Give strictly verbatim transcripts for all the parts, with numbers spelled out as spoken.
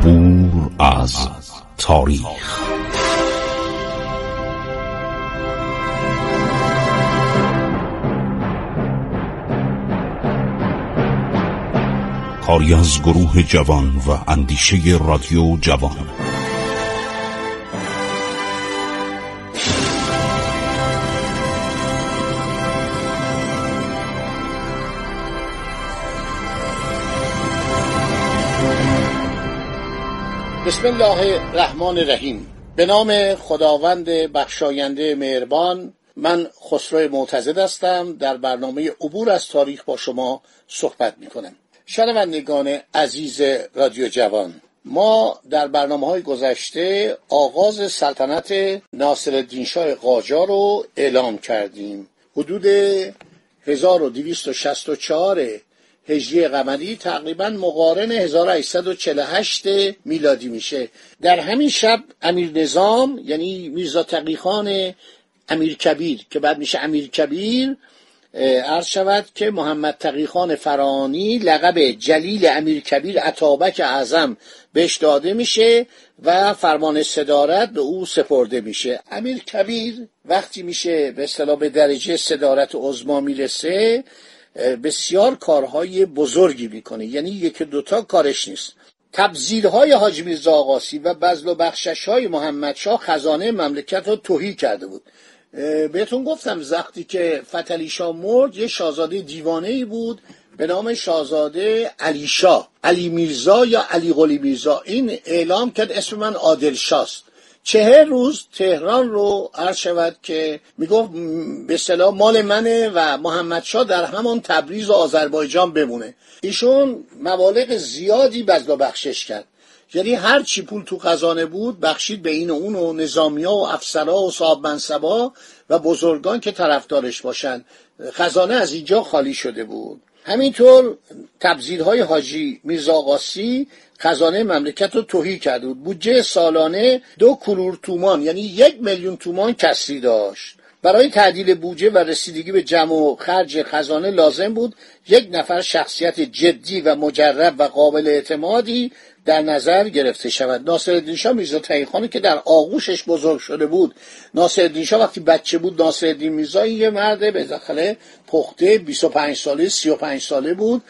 عبور از تاریخ. کاری از گروه جوان و اندیشه رادیو جوان. بسم الله الرحمن الرحیم. به نام خداوند بخشاینده مهربان. من خسرو معتزد هستم. در برنامه عبور از تاریخ با شما صحبت می کنم. شنوندگان عزیز رادیو جوان، ما در برنامه‌های گذشته آغاز سلطنت ناصرالدین شاه قاجار رو اعلام کردیم. حدود هزار و دویست و شصت و چهار هجری قمری تقریباً مقارن هزار و هشتصد و چهل و هشت میلادی میشه. در همین شب امیر نظام یعنی میرزا تقی‌خان امیرکبیر که بعد میشه امیرکبیر، عرض شود که محمد تقی‌خان فرانی لقب جلیل امیرکبیر اتابک اعظم بهش داده میشه و فرمان صدارت به او سپرده میشه. امیرکبیر وقتی میشه به اصطلاح به درجه صدارت عظما میرسه، بسیار کارهای بزرگی میکنه، یعنی یک دوتا کارش نیست. تبذیرهای حاجی میرزا آقاسی و بذل و بخشش‌های محمد شاه خزانه مملکت رو تهی کرده بود. بهتون گفتم وقتی که فتحعلی شاه مرد یه شاهزاده دیوانه‌ای بود به نام شاهزاده علی شاه، علی میرزا یا علی قلی میرزا. این اعلام کرد اسم من عادل شاست. چهر روز تهران رو عرض شود که میگفت به اصطلاح مال منه و محمد شاه در همان تبریز و آذربایجان بمونه. ایشون مبالغ زیادی بذل و بخشش کرد، یعنی هر چی پول تو خزانه بود بخشید به این و اون و نظامیا و افسرا و صاحب منصبا و بزرگان که طرفدارش باشن. خزانه از اینجا خالی شده بود. همینطور تبذیرهای حاجی میرزا آقاسی خزانه مملکت رو تهی کرده بود. بودجه سالانه دو کرور تومان یعنی یک میلیون تومان کسری داشت. برای تعدیل بودجه و رسیدگی به جمع و خرج خزانه لازم بود یک نفر شخصیت جدی و مجرب و قابل اعتمادی در نظر گرفته شود. ناصرالدین شاه میرزا تقی‌خان که در آغوشش بزرگ شده بود. ناصرالدین شاه وقتی بچه بود ناصرالدین میرزا یه مرد به داخل پخته بیست و پنج ساله سی و پنج ساله بود،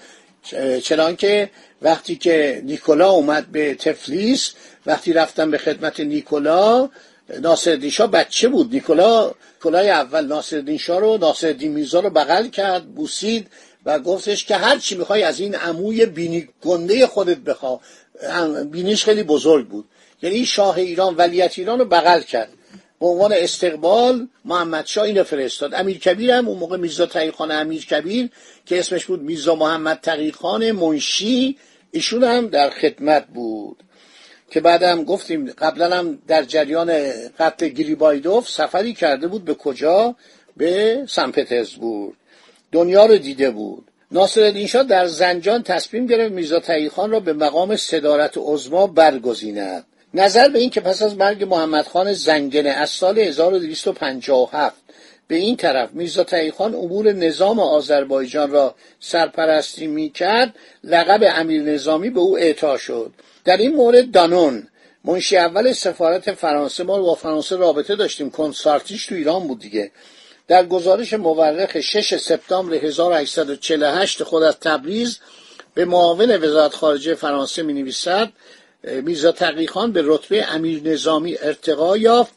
چنانکه وقتی که نیکولا اومد به تفلیس، وقتی رفتن به خدمت نیکولا، ناصرالدین شاه بچه بود. نیکولا نیکولای اول ناصرالدین شاه رو ناصرالدین میرزا رو بغل کرد، بوسید و گفتش که هر چی میخوای از این عموی بینی گنده خودت بخوا. بینیش خیلی بزرگ بود، یعنی شاه ایران ولیعت ایران رو بغل کرد. به عنوان استقبال محمد شاه اینو فرستاد. امیرکبیر هم اون موقع میرزا تقی‌خان امیرکبیر که اسمش بود میرزا محمد تقی‌خان منشی، ایشون هم در خدمت بود که بعدم گفتیم قبلا هم در جریان قتل گریبایدوف سفری کرده بود. به کجا؟ به سن پترزبورگ. دنیا رو دیده بود. ناصرالدین شاه در زنجان تصمیم گرفت میرزا تقی‌خان را به مقام صدارت عظما برگزیند. نظر به این که پس از مرگ محمد خان زنگنه از سال هزار و دویست و پنجاه و هفت به این طرف میرزا تقی‌خان امور نظام آذربایجان را سرپرستی می‌کرد، لقب امیر نظامی به او اعطا شد. در این مورد دانون منشی اول سفارت فرانسه، ما با فرانسه رابطه داشتیم، کنسارتیش تو ایران بود دیگه، در گزارش مورخ شش سپتامبر هزار و هشتصد و چهل و هشت خود از تبریز به معاون وزارت خارجه فرانسه می‌نویسد میرزا تقی‌خان به رتبه امیر نظامی ارتقا یافت.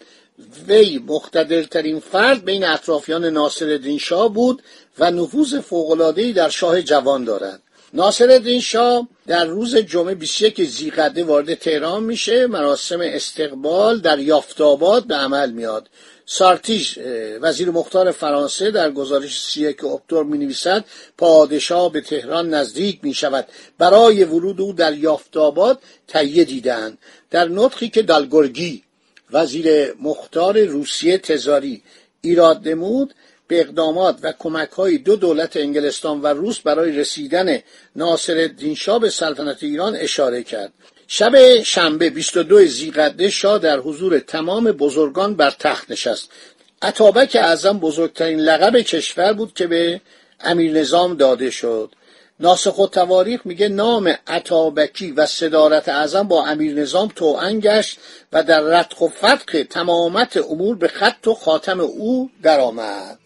وی مقتدرترین فرد بین اطرافیان ناصرالدین شاه بود و نفوذ فوق‌العاده‌ای در شاه جوان دارد. ناصرالدین شاه در روز جمعه بیست و یک ذی‌قعده وارد تهران میشه. مراسم استقبال در یافت‌آباد به عمل میاد. سارتیژ وزیر مختار فرانسه در گزارش سی و یک اکتبر می نویسد پادشاه به تهران نزدیک می شود، برای ورود او در یافت‌آباد تهیه دیدند. در نطقی که دالگورگی وزیر مختار روسیه تزاری ایراد نمود، به اقدامات و کمک‌های دو دولت انگلستان و روس برای رسیدن ناصرالدین شاه به سلطنت ایران اشاره کرد. شب شنبه بیست و دو ذی‌قعده شاه در حضور تمام بزرگان بر تخت نشست. اتابک اعظم بزرگترین لقب کشور بود که به امیر نظام داده شد. ناسخ التواریخ میگه نام عطابکی و صدارت اعظم با امیر نظام توأم گشت و در رتق و فتق تمامت امور به خط و خاتم او درآمد.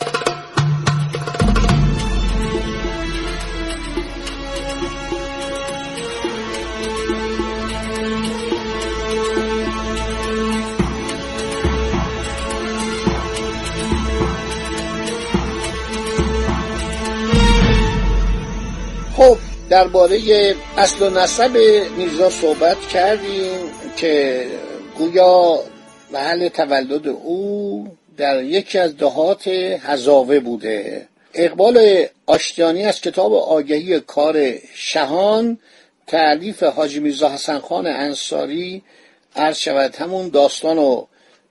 خب درباره اصل و نسب میرزا صحبت کردیم که گویا محل تولد او در یکی از دهات هزاوه بوده. اقبال آشتیانی از کتاب آگهی کار شهان تألیف حاجی میرزا حسن خان انصاری عرض شود همون داستان رو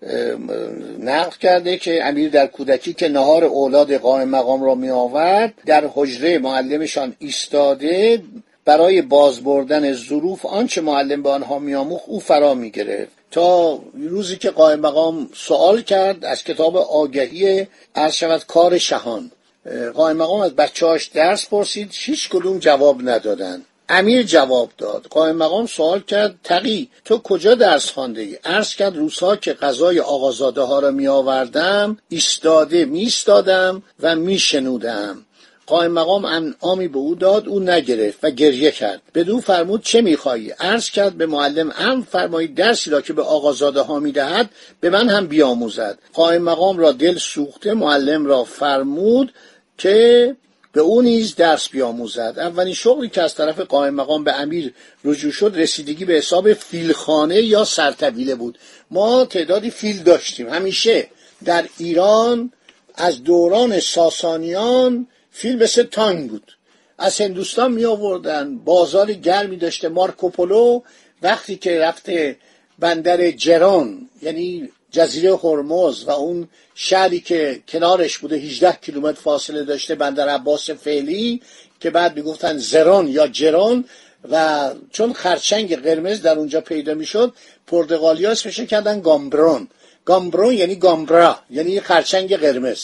نقل کرده که امیر در کودکی که نهار اولاد قائم مقام را می آورد در حجره معلمشان ایستاده برای باز بردن ظروف آنچه معلم به آنها می آموخت او فرا می گرفت تا روزی که قائم مقام سوال کرد از کتاب آگهی عرض شود کار شهان. قائم مقام از بچه‌هاش درس پرسید، هیچ کدوم جواب ندادن. امیر جواب داد. قائم مقام سوال کرد تقی تو کجا درس خوانده ای؟ عرض کرد روزها که غذای آقازاده ها را می آوردم ایستاده می ایستادم و می شنودم. قائم مقام انعامی به او داد، او نگرفت و گریه کرد. بدو فرمود چه می خواهی؟ عرض کرد به معلم امر فرمایید درسی را که به آقازاده ها می دهد به من هم بیاموزد. قائم مقام را دل سوخته معلم را فرمود که به او نیز درس بیاموزد. اولین شغلی که از طرف قائم مقام به امیر رجوع شد رسیدگی به حساب فیلخانه یا سرطویله بود. ما تعدادی فیل داشتیم. همیشه در ایران از دوران ساسانیان فیل مثل تانگ بود. از هندوستان می آوردن، بازار گرمی داشته. مارکوپولو وقتی که رفته بندر جران یعنی جزیره هرمز و اون شهری که کنارش بوده هجده کیلومتر فاصله داشته بندر عباس فعلی که بعد میگفتن زران یا جران و چون خرچنگ قرمز در اونجا پیدا میشد پرتغالیا اسمش کردن گامبرون. گامبرون یعنی گامبرا یعنی خرچنگ قرمز.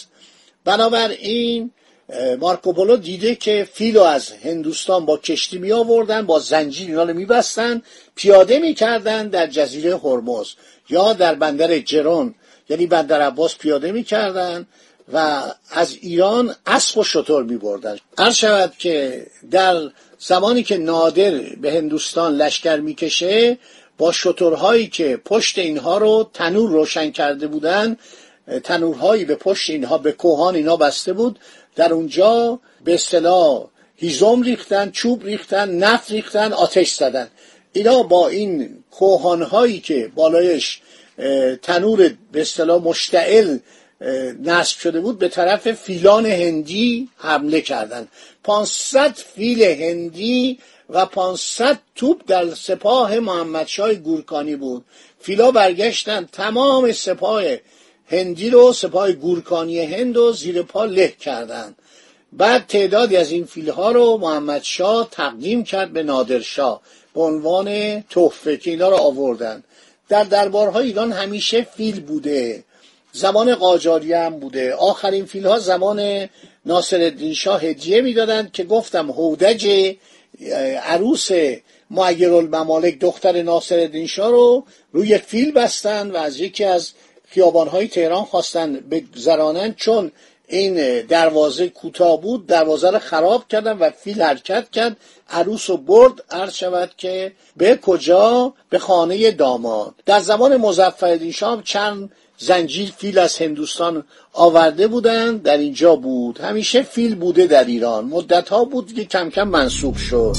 بنابراین مارکوپولو دیده که فیلو از هندوستان با کشتی می آوردن، با زنجیر اینا رو می بستن، پیاده می کردن در جزیره هرمز یا در بندر جران یعنی بندر عباس پیاده می کردن و از ایران اسب و شتر می بردن. عرض شود که در زمانی که نادر به هندوستان لشکر می کشه با شترهایی که پشت اینها رو تنور روشن کرده بودن، تنورهایی به پشت اینها به کوهان اینا بسته بود، در اونجا به اصطلاح هیزم ریختن، چوب ریختن، نفت ریختن، آتش زدن. اینا با این کوهانهایی که بالایش تنور به اصطلاح مشتعل نصب شده بود به طرف فیلان هندی حمله کردند. پانصد فیل هندی و پانصد توپ در سپاه محمدشاه گورکانی بود. فیلا برگشتن تمام سپاه هندی رو، سپاه گورکانی هند رو زیر پا له کردند. بعد تعدادی از این فیلها رو محمدشاه تقدیم کرد به نادرشاه به عنوان تحفه که اینا رو آوردن. در دربارهای ایران همیشه فیل بوده، زمان قاجاریه هم بوده. آخرین فیلها زمان ناصرالدین شاه هدیه میدادند که گفتم هودج عروس معیرالممالک دختر ناصرالدین شاه رو روی یک فیل بستن و از یکی از خیابانهای تهران خواستن بگذرانن. چون این دروازه کوتاه بود دروازه رو خراب کردن و فیل حرکت کرد، عروس رو برد. عرض شود که به کجا؟ به خانه داماد. در زمان مظفرالدین شاه چند زنجیر فیل از هندوستان آورده بودن، در اینجا بود. همیشه فیل بوده در ایران، مدتها بود که کم کم منسوخ شد.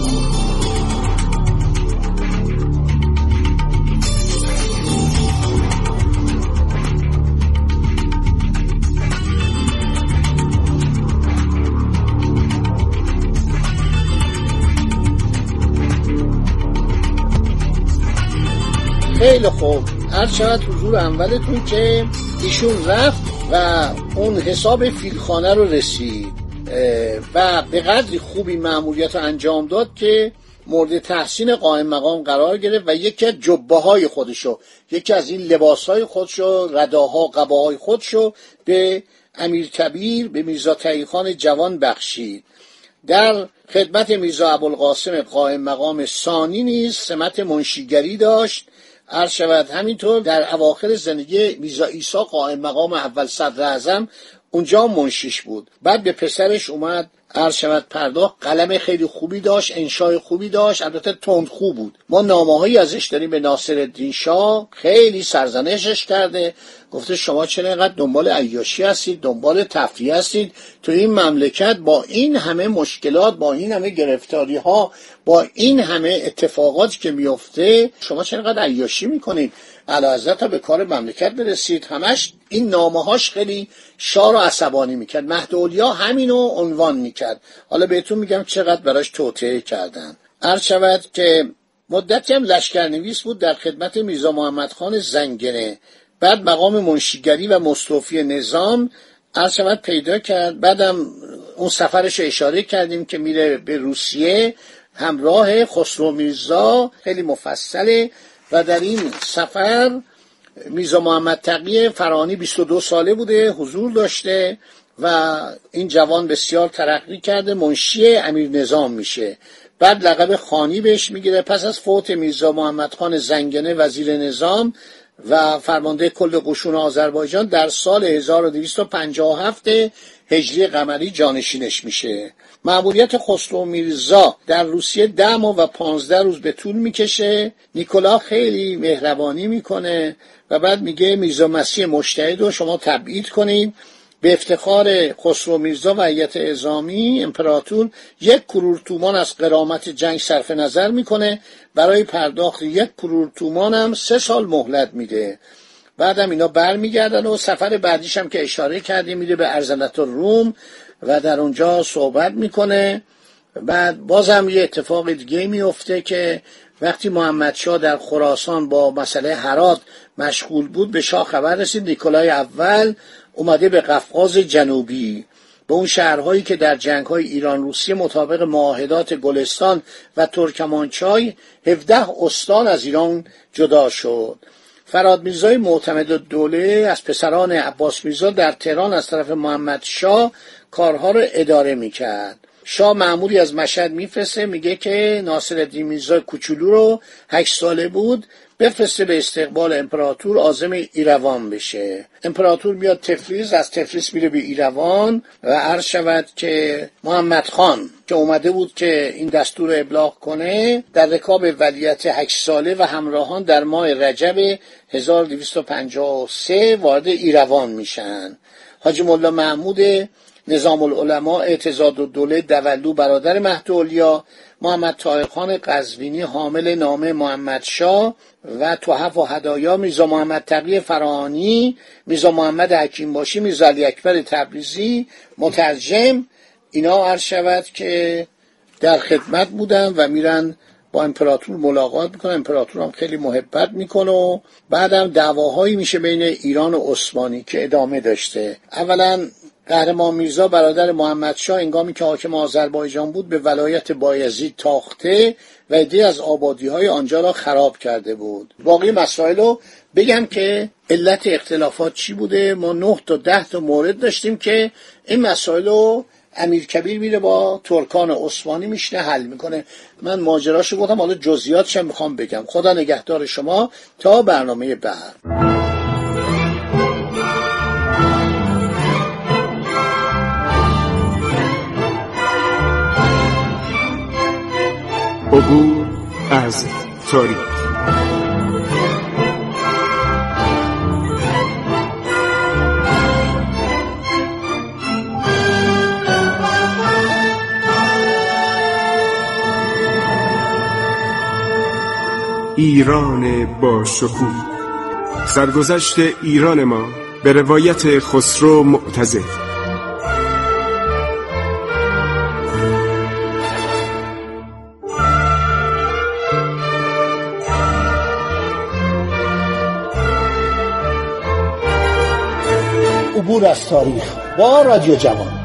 خیلی خوب، عرض شود حضور اولتون که ایشون رفت و اون حساب فیلخانه رو رسید و به قدری خوبی مأموریت رو انجام داد که مورد تحسین قائم مقام قرار گرفت و یکی از جبه های خودشو، یکی از این لباس های خودشو، رداها قباهای خودشو به امیر کبیر، به میرزا تقی خان جوان بخشید. در خدمت میرزا ابوالقاسم قائم مقام ثانی نیز سمت منشیگری داشت. عرض شود همینطور در اواخر زندگی میرزا عیسی قائم مقام اول صدر اعظم اونجا منشیش بود. بعد به پسرش اومد عرض شود پرداخت. قلم خیلی خوبی داشت، انشای خوبی داشت، البته تند خوب بود. ما نامه‌هایی ازش داریم به ناصرالدین شاه، خیلی سرزنشش کرده، گفته شما چرا اینقدر دنبال عیاشی هستید، دنبال تفریح هستید تو این مملکت با این همه مشکلات، با این همه گرفتاری ها، با این همه اتفاقاتی که میفته، شما چرا اینقدر عیاشی میکنید؟ اعلیحضرت تا به کار مملکت برسید. همش این نامه‌هاش خیلی شاه رو عصبانی میکرد. مهدولیا همینو عنوان میکرد. حالا بهتون میگم چقدر براش توطئه کردن. عرض شود که مدتی هم لشکرنویس بود در خدمت میرزا محمد خان زنگنه. بعد مقام منشیگری و مستوفی نظام عرض شود پیدا کرد. بعدم اون سفرش اشاره کردیم که میره به روسیه همراه خسرو میرزا، خیلی مفصله. و در این سفر میرزا محمد تقی فرانی بیست و دو ساله بوده، حضور داشته و این جوان بسیار ترقی کرده، منشی امیر نظام میشه. بعد لقب خانی بهش میگیره. پس از فوت میرزا محمد خان زنگنه وزیر نظام و فرمانده کل قشون آذربایجان در سال هزار و دویست و پنجاه و هفت هجری قمری جانشینش میشه. مأموریت خسرو میرزا در روسیه ده ماه و پانزده روز به طول میکشه. نیکولا خیلی مهربانی میکنه و بعد میگه میرزا مسیح مجتهد رو شما تبعید کنید. به افتخار خسرو میرزا و هیئت عظامی امپراتور یک کرور تومان از غرامت جنگ صرف نظر میکنه. برای پرداخت یک کرور تومان هم سه سال مهلت میده. بعدم اینا برمیگردن و سفر بعدیش هم که اشاره کردیم میره به ارزنت الروم و در اونجا صحبت میکنه. بعد بازم یه اتفاق دیگه میفته که وقتی محمد شاه در خراسان با مسئله هرات مشغول بود به شاه خبر رسید نیکولای اول اومده به قفقاز جنوبی، به اون شهرهایی که در جنگ‌های ایران روسیه مطابق معاهدات گلستان و ترکمانچای هفده استان از ایران جدا شد. فرهاد میرزای معتمدالدوله از پسران عباس میرزا در تهران از طرف محمد شاه کارها رو اداره میکرد. شاه مأموری از مشهد میفرسته، میگه که ناصرالدین میرزا کوچولو رو هشت ساله بود بفرسته به استقبال امپراتور عازم ایروان بشه. امپراتور میاد تفریز، از تفریز میره به ایروان و عرض شود که محمد خان که اومده بود که این دستور ابلاغ کنه در رکاب ولیعت هشت ساله و همراهان در ماه رجب هزار و دویست و پنجاه و سه وارد ایروان میشن. حاجی مولا محمود نظام العلماء اعتضادالدوله دولو برادر مهدولیا، محمد طاهر خان قزوینی حامل نامه محمد شاه و تحف و هدایا، میرزا محمد تقی فرانی، میرزا محمد حکیم باشی، میرزا علی اکبر تبریزی مترجم، اینا عرض شود که در خدمت بودن و میرن با امپراتور ملاقات میکنه. امپراتور هم خیلی محبت میکنه و بعدم دعواهایی میشه بین ایران و عثمانی که ادامه داشته. اولا قهرمان میرزا برادر محمد شاه هنگامی که حاکم آذربایجان بود به ولایت بایزید تاخته و عده‌ای از آبادی‌های آنجا را خراب کرده بود. باقی مسائل رو بگم که علت اختلافات چی بوده. ما نه تا ده تا مورد داشتیم که این مسائل رو امیر کبیر میره با ترکان عثمانی میشنه حل میکنه. من ماجراشو گفتم، حالا جزئیاتش هم میخوام بگم. خدا نگهدار شما تا برنامه بعد. عبور از تاریخ. ایران با شکوه، سرگذشت ایران ما به روایت خسرو معتزد. عبور از تاریخ با رادیو جوان.